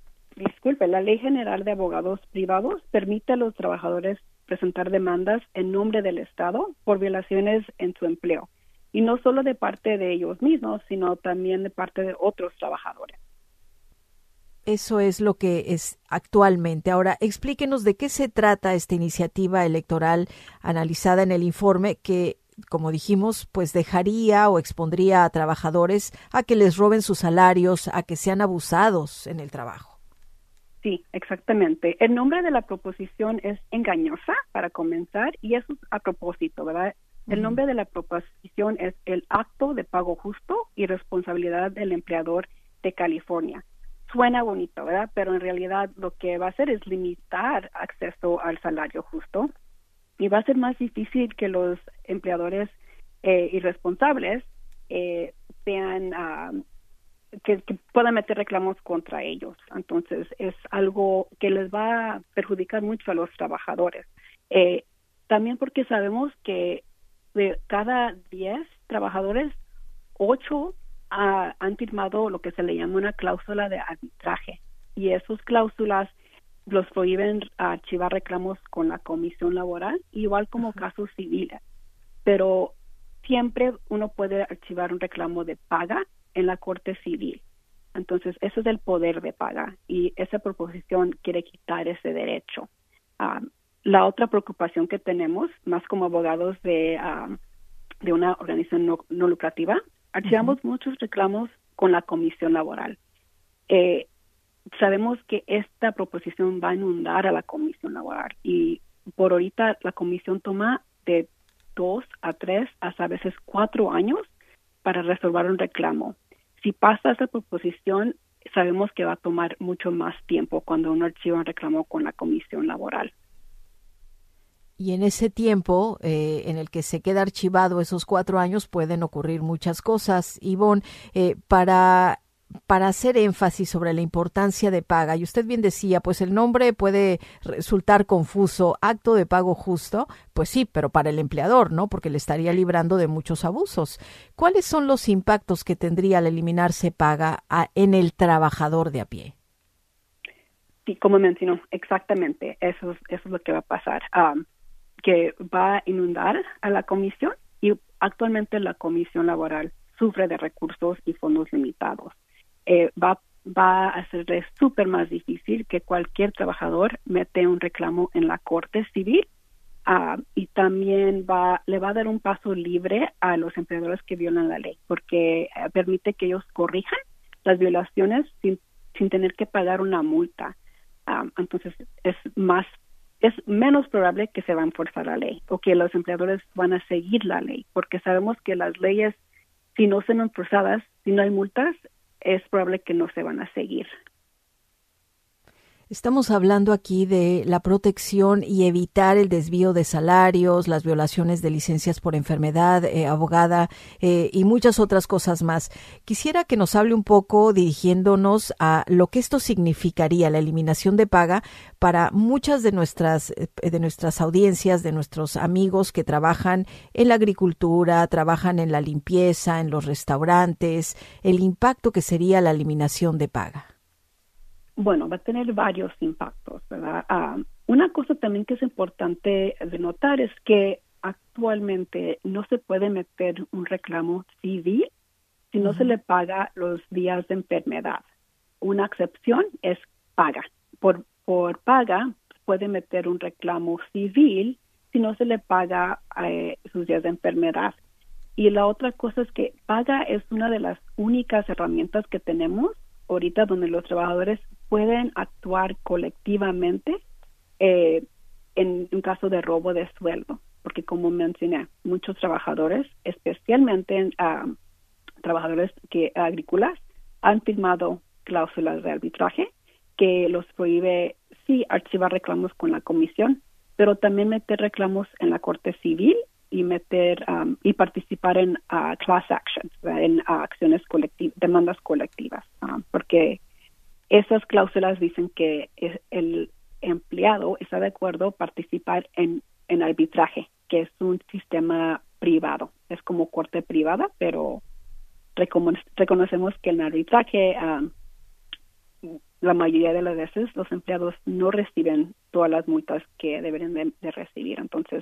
General de Abogados Privados permite a los trabajadores presentar demandas en nombre del Estado por violaciones en su empleo, y no solo de parte de ellos mismos, sino también de parte de otros trabajadores. Eso es lo que es actualmente. Ahora, explíquenos de qué se trata esta iniciativa electoral analizada en el informe que, como dijimos, pues dejaría o expondría a trabajadores a que les roben sus salarios, a que sean abusados en el trabajo. Sí, exactamente. El nombre de la proposición es engañosa, para comenzar, y eso es a propósito, ¿verdad? El nombre de la proposición es el Acto de Pago Justo y Responsabilidad del Empleador de California. Suena bonito, ¿verdad? Pero en realidad lo que va a hacer es limitar acceso al salario justo, y va a ser más difícil que los empleadores irresponsables sean que puedan meter reclamos contra ellos. Entonces es algo que les va a perjudicar mucho a los trabajadores. También porque sabemos que de cada 10 trabajadores, 8 han firmado lo que se le llama una cláusula de arbitraje, y esas cláusulas los prohíben archivar reclamos con la Comisión Laboral, igual como casos civiles, pero siempre uno puede archivar un reclamo de paga en la Corte Civil. Entonces, eso es el poder de paga y esa proposición quiere quitar ese derecho. La otra preocupación que tenemos, más como abogados de una organización no lucrativa, archivamos muchos reclamos con la comisión laboral. Sabemos que esta proposición va a inundar a la comisión laboral y por ahorita la comisión toma de 2 a 3, hasta a veces 4 años para resolver un reclamo. Si pasa esa proposición, sabemos que va a tomar mucho más tiempo cuando uno archiva un reclamo con la comisión laboral. Y en ese tiempo en el que se queda archivado esos 4 años pueden ocurrir muchas cosas. Ivonne, para hacer énfasis sobre la importancia de paga, y usted bien decía, pues el nombre puede resultar confuso, acto de pago justo, pues sí, pero para el empleador, ¿no? Porque le estaría librando de muchos abusos. ¿Cuáles son los impactos que tendría al eliminarse paga en el trabajador de a pie? Sí, como mencionó, exactamente, eso es lo que va a pasar, que va a inundar a la comisión y actualmente la comisión laboral sufre de recursos y fondos limitados. Va a hacerle súper más difícil que cualquier trabajador mete un reclamo en la corte civil y también le va a dar un paso libre a los empleadores que violan la ley porque permite que ellos corrijan las violaciones sin tener que pagar una multa. Entonces es menos probable que se va a enforzar la ley o que los empleadores van a seguir la ley porque sabemos que las leyes, si no son enforzadas, si no hay multas, es probable que no se van a seguir. Estamos hablando aquí de la protección y evitar el desvío de salarios, las violaciones de licencias por enfermedad, abogada, y muchas otras cosas más. Quisiera que nos hable un poco dirigiéndonos a lo que esto significaría, la eliminación de paga para muchas de nuestras audiencias, de nuestros amigos que trabajan en la agricultura, trabajan en la limpieza, en los restaurantes, el impacto que sería la eliminación de paga. Bueno, va a tener varios impactos, ¿verdad? Una cosa también que es importante de notar es que actualmente no se puede meter un reclamo civil si no se le paga los días de enfermedad. Una excepción es paga. Por paga puede meter un reclamo civil si no se le paga sus días de enfermedad. Y la otra cosa es que paga es una de las únicas herramientas que tenemos ahorita donde los trabajadores pueden actuar colectivamente en un caso de robo de sueldo, porque como mencioné, muchos trabajadores, especialmente trabajadores agrícolas, han firmado cláusulas de arbitraje que los prohíbe sí archivar reclamos con la comisión, pero también meter reclamos en la corte civil y y participar en class actions, en acciones colectivas, demandas colectivas, porque esas cláusulas dicen que el empleado está de acuerdo participar en arbitraje, que es un sistema privado, es como corte privada, pero reconocemos que en arbitraje la mayoría de las veces los empleados no reciben todas las multas que deberían de recibir. Entonces,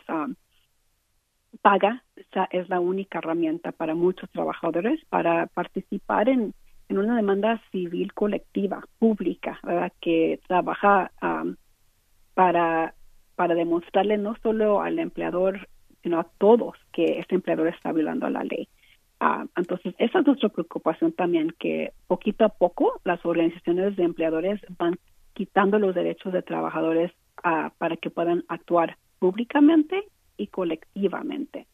paga es la única herramienta para muchos trabajadores para participar en una demanda civil colectiva, pública, ¿verdad? Que trabaja para demostrarle no solo al empleador, sino a todos que este empleador está violando la ley. Entonces, esa es nuestra preocupación también, que poquito a poco las organizaciones de empleadores van quitando los derechos de trabajadores para que puedan actuar públicamente y colectivamente.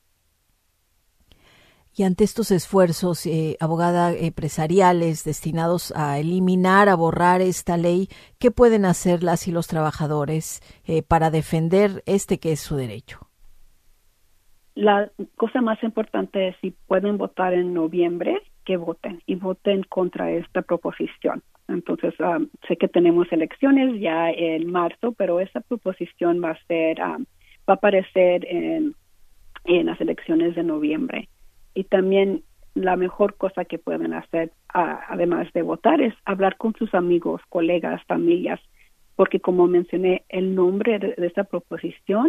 Y ante estos esfuerzos, abogada, empresariales destinados a eliminar, a borrar esta ley, ¿qué pueden hacer las y los trabajadores para defender que es su derecho? La cosa más importante es si pueden votar en noviembre, que voten y voten contra esta proposición. Entonces, sé que tenemos elecciones ya en marzo, pero esa proposición va a aparecer en las elecciones de noviembre. Y también la mejor cosa que pueden hacer, además de votar, es hablar con sus amigos, colegas, familias, porque como mencioné, el nombre de esta proposición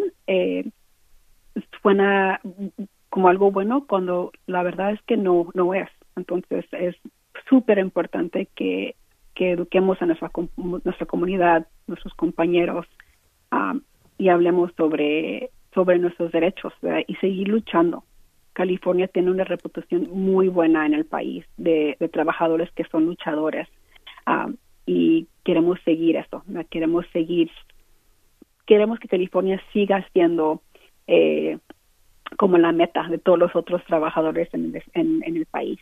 suena como algo bueno cuando la verdad es que no es. Entonces súper importante que eduquemos a nuestra comunidad, nuestros compañeros, y hablemos sobre nuestros derechos, ¿verdad? Y seguir luchando. California tiene una reputación muy buena en el país de trabajadores que son luchadores, y queremos seguir eso, ¿verdad? Queremos que California siga siendo como la meta de todos los otros trabajadores en el país.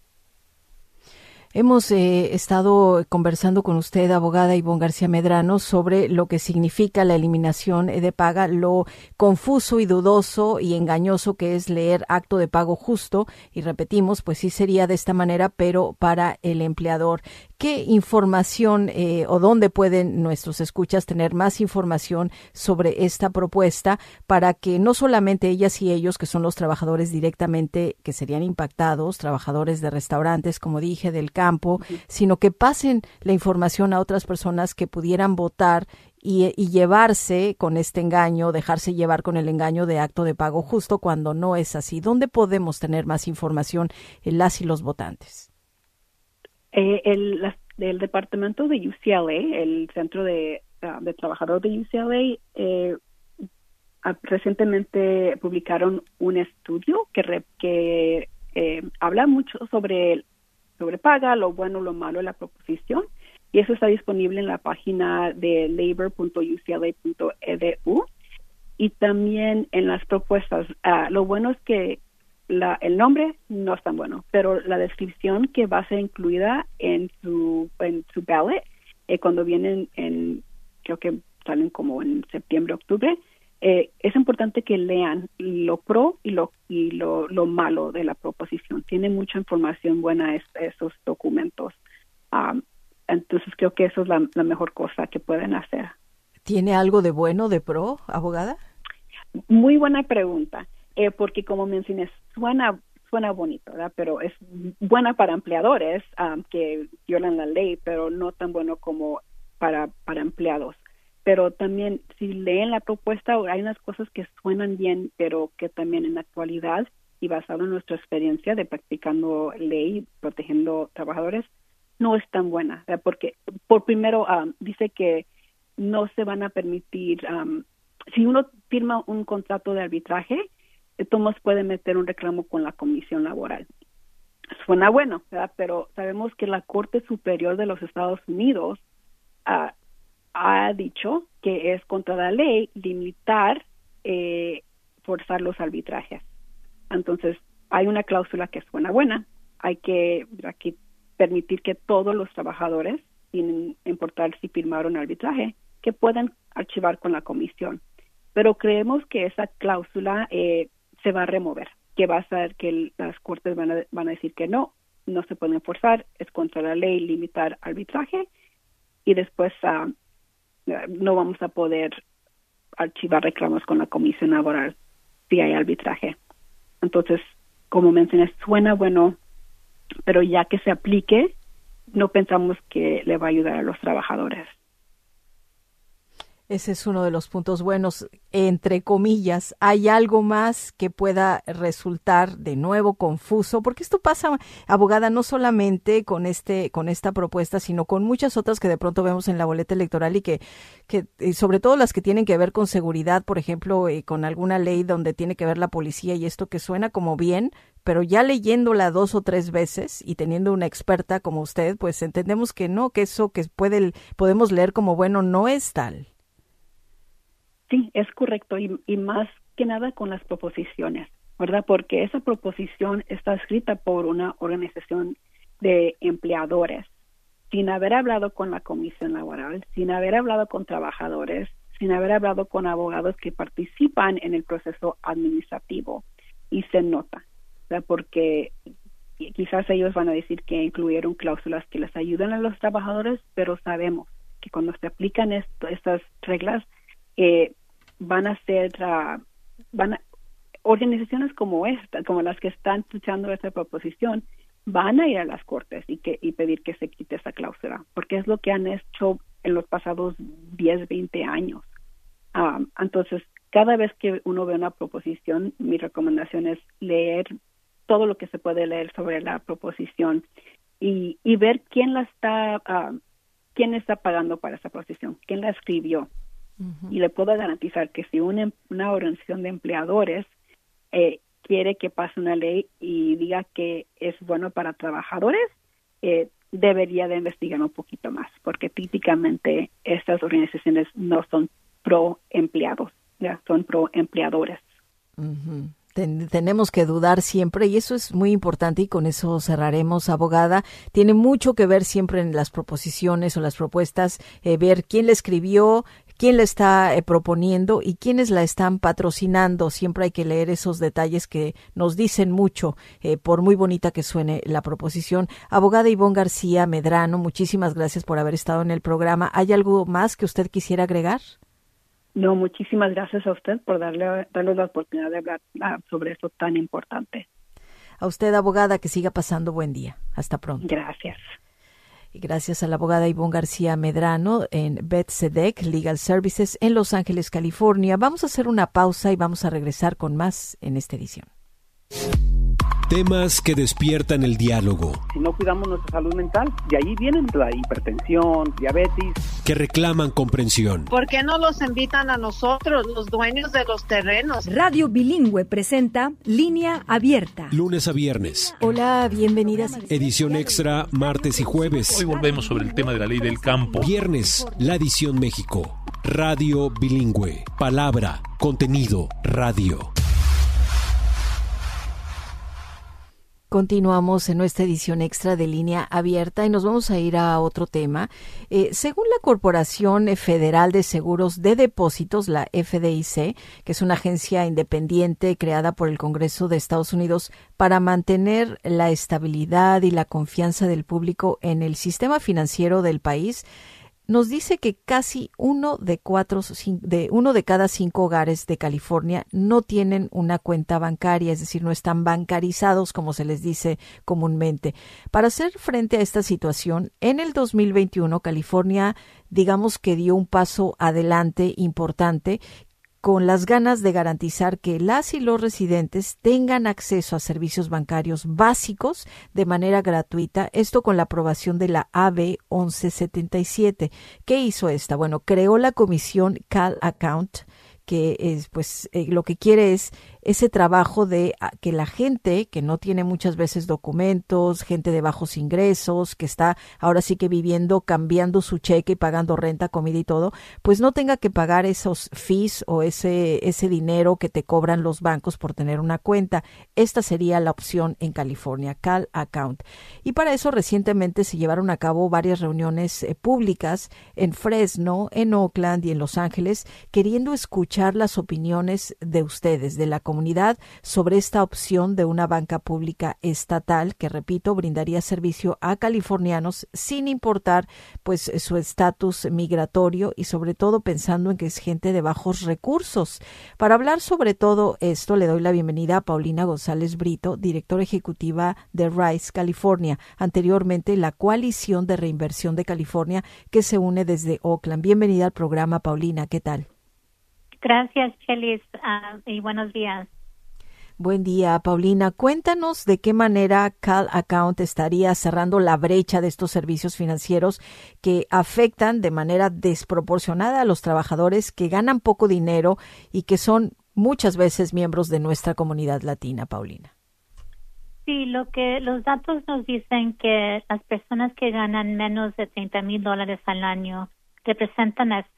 Hemos estado conversando con usted, abogada Ivonne García Medrano, sobre lo que significa la eliminación de paga, lo confuso y dudoso y engañoso que es leer acto de pago justo, y repetimos, pues sí sería de esta manera, pero para el empleador. ¿Qué información o dónde pueden nuestros escuchas tener más información sobre esta propuesta para que no solamente ellas y ellos, que son los trabajadores directamente que serían impactados, trabajadores de restaurantes, como dije, del campo, sino que pasen la información a otras personas que pudieran votar y llevarse con este engaño, dejarse llevar con el engaño de acto de pago justo cuando no es así? ¿Dónde podemos tener más información las y los votantes? El departamento de UCLA, el Centro de Trabajadores de UCLA, recientemente publicaron un estudio que habla mucho sobre paga, lo bueno, lo malo de la proposición, y eso está disponible en la página de labor.ucla.edu y también en las propuestas. Lo bueno es que el nombre no es tan bueno, pero la descripción que va a ser incluida en su ballot, cuando vienen creo que salen como en septiembre, octubre, es importante que lean lo pro y lo malo de la proposición. Tiene mucha información buena esos documentos. Entonces creo que eso es la mejor cosa que pueden hacer. ¿ ¿Tiene algo de bueno, de pro, abogada? Muy buena pregunta, porque como mencioné, suena bonito, ¿verdad? Pero es buena para empleadores que violan la ley, pero no tan bueno como para empleados. Pero también, si leen la propuesta, hay unas cosas que suenan bien, pero que también en la actualidad y basado en nuestra experiencia de practicando ley, protegiendo trabajadores, no es tan buena, ¿verdad? Porque, por primero, dice que no se van a permitir, si uno firma un contrato de arbitraje, Tomás puede meter un reclamo con la Comisión Laboral. Suena bueno, ¿verdad? Pero sabemos que la Corte Superior de los Estados Unidos ha dicho que es contra la ley limitar, forzar los arbitrajes. Entonces, hay una cláusula que suena buena. Hay que aquí permitir que todos los trabajadores, sin importar si firmaron arbitraje, que puedan archivar con la comisión. Pero creemos que esa cláusula se va a remover, que va a ser que las cortes van a decir que no se pueden forzar, es contra la ley limitar arbitraje, y después no vamos a poder archivar reclamos con la Comisión Laboral si hay arbitraje. Entonces, como mencioné, suena bueno, pero ya que se aplique, no pensamos que le va a ayudar a los trabajadores. Ese es uno de los puntos buenos, entre comillas. ¿Hay algo más que pueda resultar de nuevo confuso? Porque esto pasa, abogada, no solamente con esta propuesta, sino con muchas otras que de pronto vemos en la boleta electoral y que sobre todo las que tienen que ver con seguridad, por ejemplo, con alguna ley donde tiene que ver la policía y esto que suena como bien, pero ya leyéndola 2 o 3 veces y teniendo una experta como usted, pues entendemos que no, que eso que podemos leer como bueno no es tal. Sí, es correcto, y más que nada con las proposiciones, ¿verdad? Porque esa proposición está escrita por una organización de empleadores, sin haber hablado con la Comisión Laboral, sin haber hablado con trabajadores, sin haber hablado con abogados que participan en el proceso administrativo, y se nota, ¿verdad? Porque quizás ellos van a decir que incluyeron cláusulas que les ayudan a los trabajadores, pero sabemos que cuando se aplican estas reglas, van a ser organizaciones como esta, como las que están luchando esta proposición, van a ir a las cortes y pedir que se quite esa cláusula, porque es lo que han hecho en los pasados 10, 20 años. Entonces, cada vez que uno ve una proposición, mi recomendación es leer todo lo que se puede leer sobre la proposición y ver quién está pagando para esa posición, quién la escribió. Y le puedo garantizar que si una organización de empleadores quiere que pase una ley y diga que es bueno para trabajadores, debería de investigar un poquito más, porque típicamente estas organizaciones no son pro empleados, ya son pro empleadores. Tenemos que dudar siempre y eso es muy importante y con eso cerraremos, abogada. Tiene mucho que ver siempre en las proposiciones o las propuestas, ver quién la escribió, quién la está proponiendo y quiénes la están patrocinando. Siempre hay que leer esos detalles que nos dicen mucho, por muy bonita que suene la proposición. Abogada Ivonne García Medrano, muchísimas gracias por haber estado en el programa. ¿Hay algo más que usted quisiera agregar? No, muchísimas gracias a usted por darle la oportunidad de hablar sobre esto tan importante. A usted, abogada, que siga pasando buen día. Hasta pronto. Gracias. Y gracias a la abogada Ivonne García Medrano en Beth-Tzedek Legal Services en Los Ángeles, California. Vamos a hacer una pausa y vamos a regresar con más en esta edición. Temas que despiertan el diálogo. Si no cuidamos nuestra salud mental, de ahí vienen la hipertensión, diabetes. Que reclaman comprensión. ¿Por qué no los invitan a nosotros, los dueños de los terrenos? Radio Bilingüe presenta Línea Abierta. Lunes a viernes. Hola, bienvenidas. Edición extra, martes y jueves. Hoy volvemos sobre el tema de la ley del campo. Viernes, la edición México. Radio Bilingüe. Palabra, contenido, radio. Continuamos en nuestra edición extra de Línea Abierta y nos vamos a ir a otro tema. Según la Corporación Federal de Seguros de Depósitos, la FDIC, que es una agencia independiente creada por el Congreso de Estados Unidos para mantener la estabilidad y la confianza del público en el sistema financiero del país, nos dice que casi uno de cada 5 hogares de California no tienen una cuenta bancaria, es decir, no están bancarizados, como se les dice comúnmente. Para hacer frente a esta situación, en el 2021, California, digamos que dio un paso adelante importante, con las ganas de garantizar que las y los residentes tengan acceso a servicios bancarios básicos de manera gratuita, esto con la aprobación de la AB 1177. ¿Qué hizo esta? Bueno, creó la comisión Cal Account, que es, lo que quiere es ese trabajo de que la gente que no tiene muchas veces documentos, gente de bajos ingresos, que está ahora sí que viviendo, cambiando su cheque y pagando renta, comida y todo, pues no tenga que pagar esos fees o ese dinero que te cobran los bancos por tener una cuenta. Esta sería la opción en California, Cal Account. Y para eso recientemente se llevaron a cabo varias reuniones públicas en Fresno, en Oakland y en Los Ángeles, queriendo escuchar las opiniones de ustedes, de la comunidad, sobre esta opción de una banca pública estatal que, repito, brindaría servicio a californianos sin importar pues su estatus migratorio y sobre todo pensando en que es gente de bajos recursos. Para hablar sobre todo esto, le doy la bienvenida a Paulina González Brito, directora ejecutiva de RISE California, anteriormente la Coalición de Reinversión de California, que se une desde Oakland. Bienvenida al programa, Paulina. ¿Qué tal? Gracias, Chelis, y buenos días. Buen día, Paulina. Cuéntanos de qué manera Cal Account estaría cerrando la brecha de estos servicios financieros que afectan de manera desproporcionada a los trabajadores que ganan poco dinero y que son muchas veces miembros de nuestra comunidad latina, Paulina. Sí, los datos nos dicen que las personas que ganan menos de $30,000 al año representan a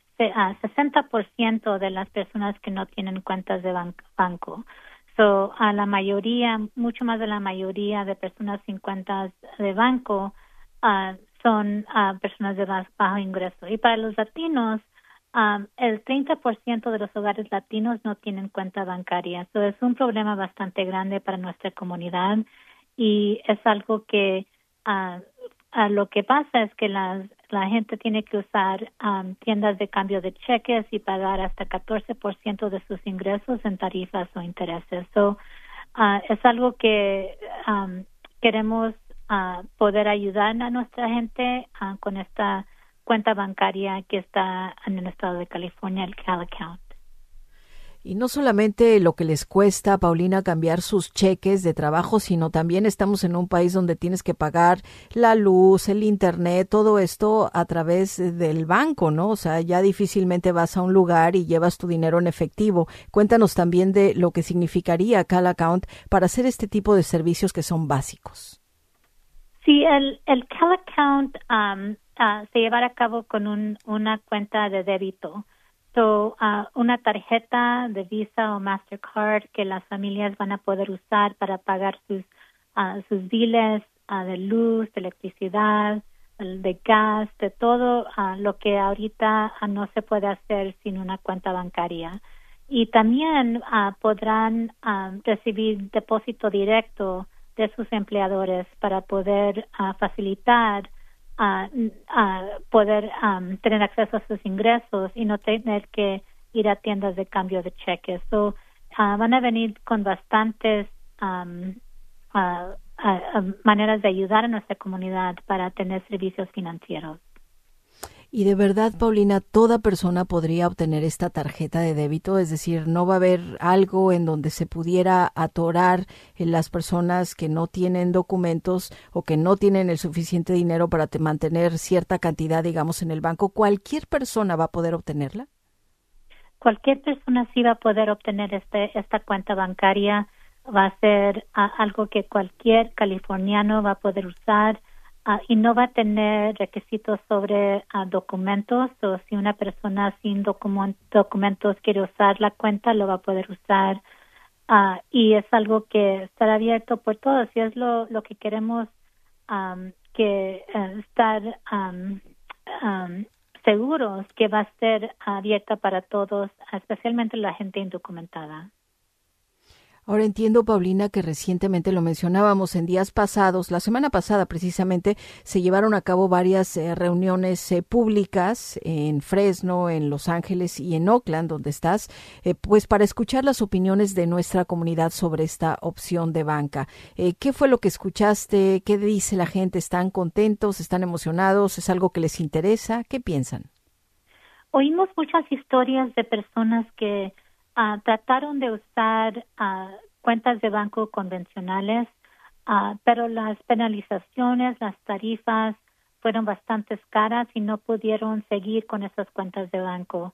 60% de las personas que no tienen cuentas de banco. So, a la mayoría, mucho más de la mayoría de personas sin cuentas de banco son personas de bajo ingreso. Y para los latinos, el 30% de los hogares latinos no tienen cuenta bancaria. So, es un problema bastante grande para nuestra comunidad y es algo que lo que pasa es que la gente tiene que usar tiendas de cambio de cheques y pagar hasta 14% de sus ingresos en tarifas o intereses. So, es algo que queremos poder ayudar a nuestra gente con esta cuenta bancaria que está en el estado de California, el Cal Account. Y no solamente lo que les cuesta, Paulina, cambiar sus cheques de trabajo, sino también estamos en un país donde tienes que pagar la luz, el internet, todo esto a través del banco, ¿no? O sea, ya difícilmente vas a un lugar y llevas tu dinero en efectivo. Cuéntanos también de lo que significaría Cal Account para hacer este tipo de servicios que son básicos. Sí, el Cal Account se llevará a cabo con una cuenta de débito. So, una tarjeta de Visa o Mastercard que las familias van a poder usar para pagar sus biles de luz, de electricidad, de gas, de todo lo que ahorita no se puede hacer sin una cuenta bancaria. Y también podrán recibir depósito directo de sus empleadores para poder facilitar poder tener acceso a sus ingresos y no tener que ir a tiendas de cambio de cheques. So, van a venir con bastantes maneras de ayudar a nuestra comunidad para tener servicios financieros. Y de verdad, Paulina, toda persona podría obtener esta tarjeta de débito, es decir, no va a haber algo en donde se pudiera atorar en las personas que no tienen documentos o que no tienen el suficiente dinero para mantener cierta cantidad, digamos, en el banco. ¿Cualquier persona va a poder obtenerla? Cualquier persona sí va a poder obtener esta cuenta bancaria. Va a ser algo que cualquier californiano va a poder usar. Y no va a tener requisitos sobre documentos, o si una persona sin documentos quiere usar la cuenta, lo va a poder usar. Y es algo que estará abierto por todos, y es lo que queremos estar seguros que va a ser abierta para todos, especialmente la gente indocumentada. Ahora entiendo, Paulina, que recientemente lo mencionábamos en días pasados, la semana pasada precisamente, se llevaron a cabo varias reuniones públicas en Fresno, en Los Ángeles y en Oakland, donde estás, pues para escuchar las opiniones de nuestra comunidad sobre esta opción de banca. ¿Qué fue lo que escuchaste? ¿Qué dice la gente? ¿Están contentos? ¿Están emocionados? ¿Es algo que les interesa? ¿Qué piensan? Oímos muchas historias de personas que trataron de usar cuentas de banco convencionales, pero las penalizaciones, las tarifas fueron bastante caras y no pudieron seguir con esas cuentas de banco.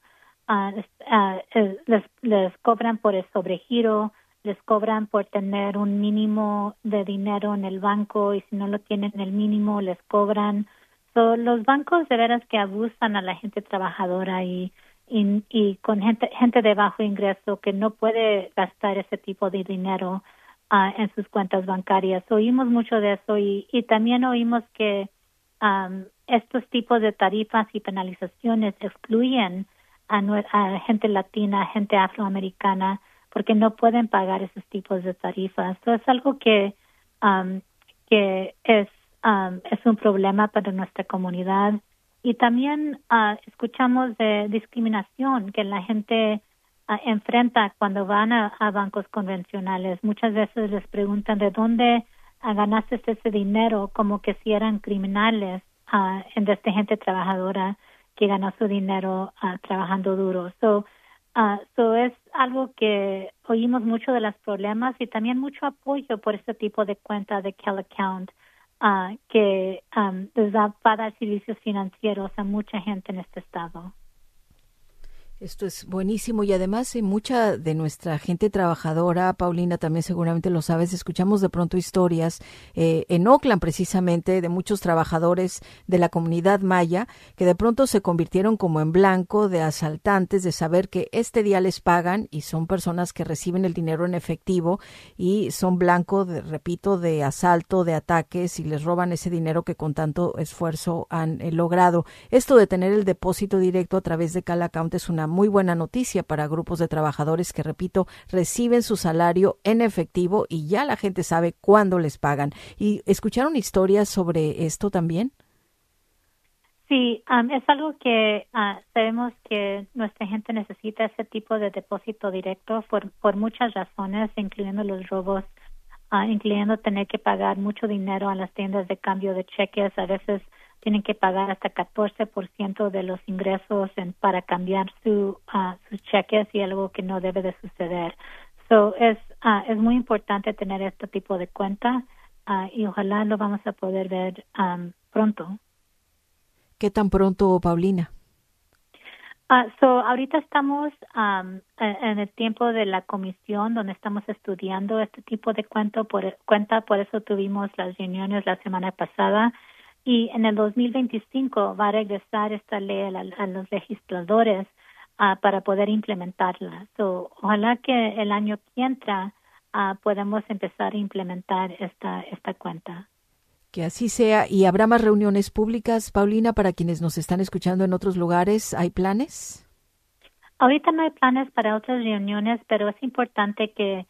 Les cobran por el sobregiro, les cobran por tener un mínimo de dinero en el banco, y si no lo tienen el mínimo les cobran. So, los bancos de veras que abusan a la gente trabajadora y con gente de bajo ingreso que no puede gastar ese tipo de dinero en sus cuentas bancarias. Oímos mucho de eso y también oímos que estos tipos de tarifas y penalizaciones excluyen a gente latina, gente afroamericana, porque no pueden pagar esos tipos de tarifas. So, es algo que es un problema para nuestra comunidad. Y también escuchamos de discriminación que la gente enfrenta cuando van a bancos convencionales. Muchas veces les preguntan de dónde ganaste ese dinero, como que si eran criminales de esta gente trabajadora que ganó su dinero trabajando duro. So es algo que oímos mucho de los problemas y también mucho apoyo por este tipo de cuenta de Cal Account. Que les va a dar servicios financieros a mucha gente en este estado. Esto es buenísimo y además mucha de nuestra gente trabajadora, Paulina, también seguramente lo sabes, escuchamos de pronto historias en Oakland precisamente de muchos trabajadores de la comunidad maya que de pronto se convirtieron como en blanco de asaltantes, de saber que este día les pagan y son personas que reciben el dinero en efectivo y son blanco, repito, de asalto, de ataques y les roban ese dinero que con tanto esfuerzo han logrado. Esto de tener el depósito directo a través de Cal Account es una muy buena noticia para grupos de trabajadores que, repito, reciben su salario en efectivo y ya la gente sabe cuándo les pagan. ¿Y escucharon historias sobre esto también? Sí, es algo que sabemos que nuestra gente necesita ese tipo de depósito directo por muchas razones, incluyendo los robos, incluyendo tener que pagar mucho dinero a las tiendas de cambio de cheques. A veces tienen que pagar hasta 14% de los ingresos para cambiar sus cheques, y algo que no debe de suceder. So es muy importante tener este tipo de cuenta y ojalá lo vamos a poder ver pronto. ¿Qué tan pronto, Paulina? Ahorita estamos en el tiempo de la comisión donde estamos estudiando este tipo de cuenta, por eso tuvimos las reuniones la semana pasada, y en el 2025 va a regresar esta ley a los legisladores para poder implementarla. Ojalá que el año que entra podamos empezar a implementar esta cuenta. Que así sea. ¿Y habrá más reuniones públicas, Paulina, para quienes nos están escuchando en otros lugares? ¿Hay planes? Ahorita no hay planes para otras reuniones, pero es importante que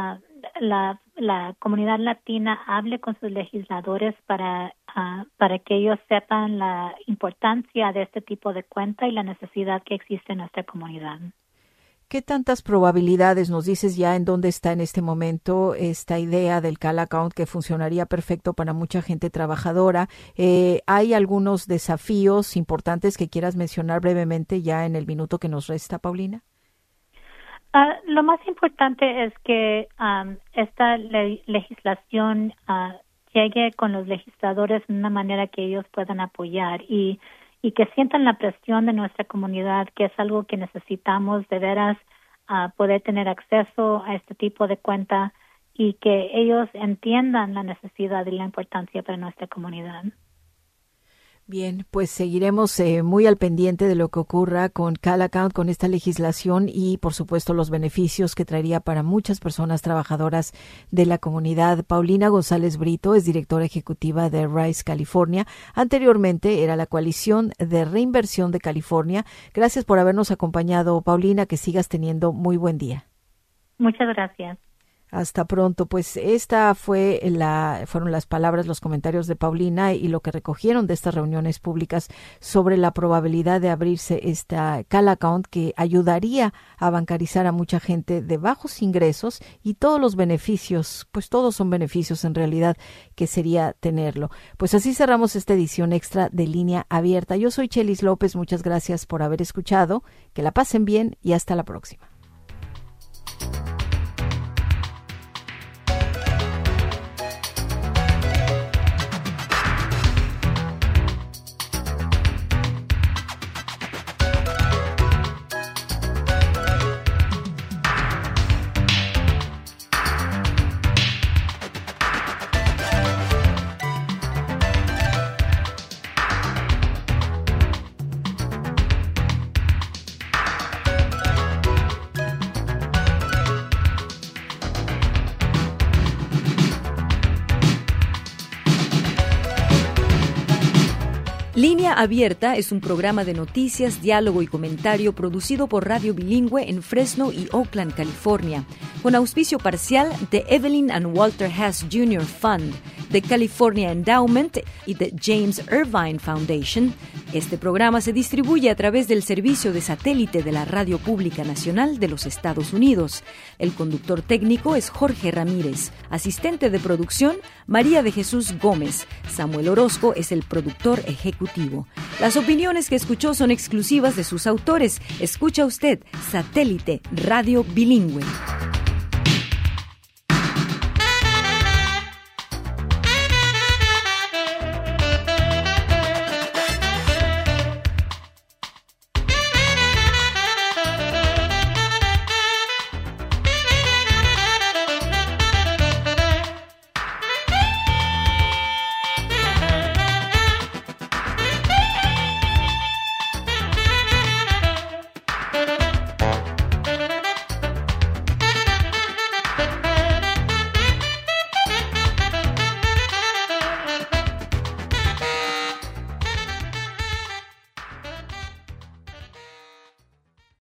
la comunidad latina hable con sus legisladores para que ellos sepan la importancia de este tipo de cuenta y la necesidad que existe en nuestra comunidad. ¿Qué tantas probabilidades nos dices ya en dónde está en este momento esta idea del Call Account que funcionaría perfecto para mucha gente trabajadora? ¿Hay algunos desafíos importantes que quieras mencionar brevemente ya en el minuto que nos resta, Paulina? Lo más importante es que esta legislación llegue con los legisladores de una manera que ellos puedan apoyar y que sientan la presión de nuestra comunidad, que es algo que necesitamos de veras poder tener acceso a este tipo de cuenta y que ellos entiendan la necesidad y la importancia para nuestra comunidad. Bien, pues seguiremos muy al pendiente de lo que ocurra con Call Account, con esta legislación y, por supuesto, los beneficios que traería para muchas personas trabajadoras de la comunidad. Paulina González Brito es directora ejecutiva de RISE California. Anteriormente era la Coalición de Reinversión de California. Gracias por habernos acompañado, Paulina. Que sigas teniendo muy buen día. Muchas gracias. Hasta pronto. Pues esta fueron las palabras, los comentarios de Paulina y lo que recogieron de estas reuniones públicas sobre la probabilidad de abrirse esta Call Account que ayudaría a bancarizar a mucha gente de bajos ingresos y todos los beneficios, pues todos son beneficios en realidad que sería tenerlo. Pues así cerramos esta edición extra de Línea Abierta. Yo soy Chelis López, muchas gracias por haber escuchado, que la pasen bien y hasta la próxima. Línea Abierta es un programa de noticias, diálogo y comentario producido por Radio Bilingüe en Fresno y Oakland, California, con auspicio parcial de Evelyn and Walter Haas Jr. Fund, de California Endowment y de James Irvine Foundation. Este programa se distribuye a través del servicio de satélite de la Radio Pública Nacional de los Estados Unidos. El conductor técnico es Jorge Ramírez. Asistente de producción, María de Jesús Gómez. Samuel Orozco es el productor ejecutivo. Las opiniones que escuchó son exclusivas de sus autores. Escucha usted Satélite Radio Bilingüe.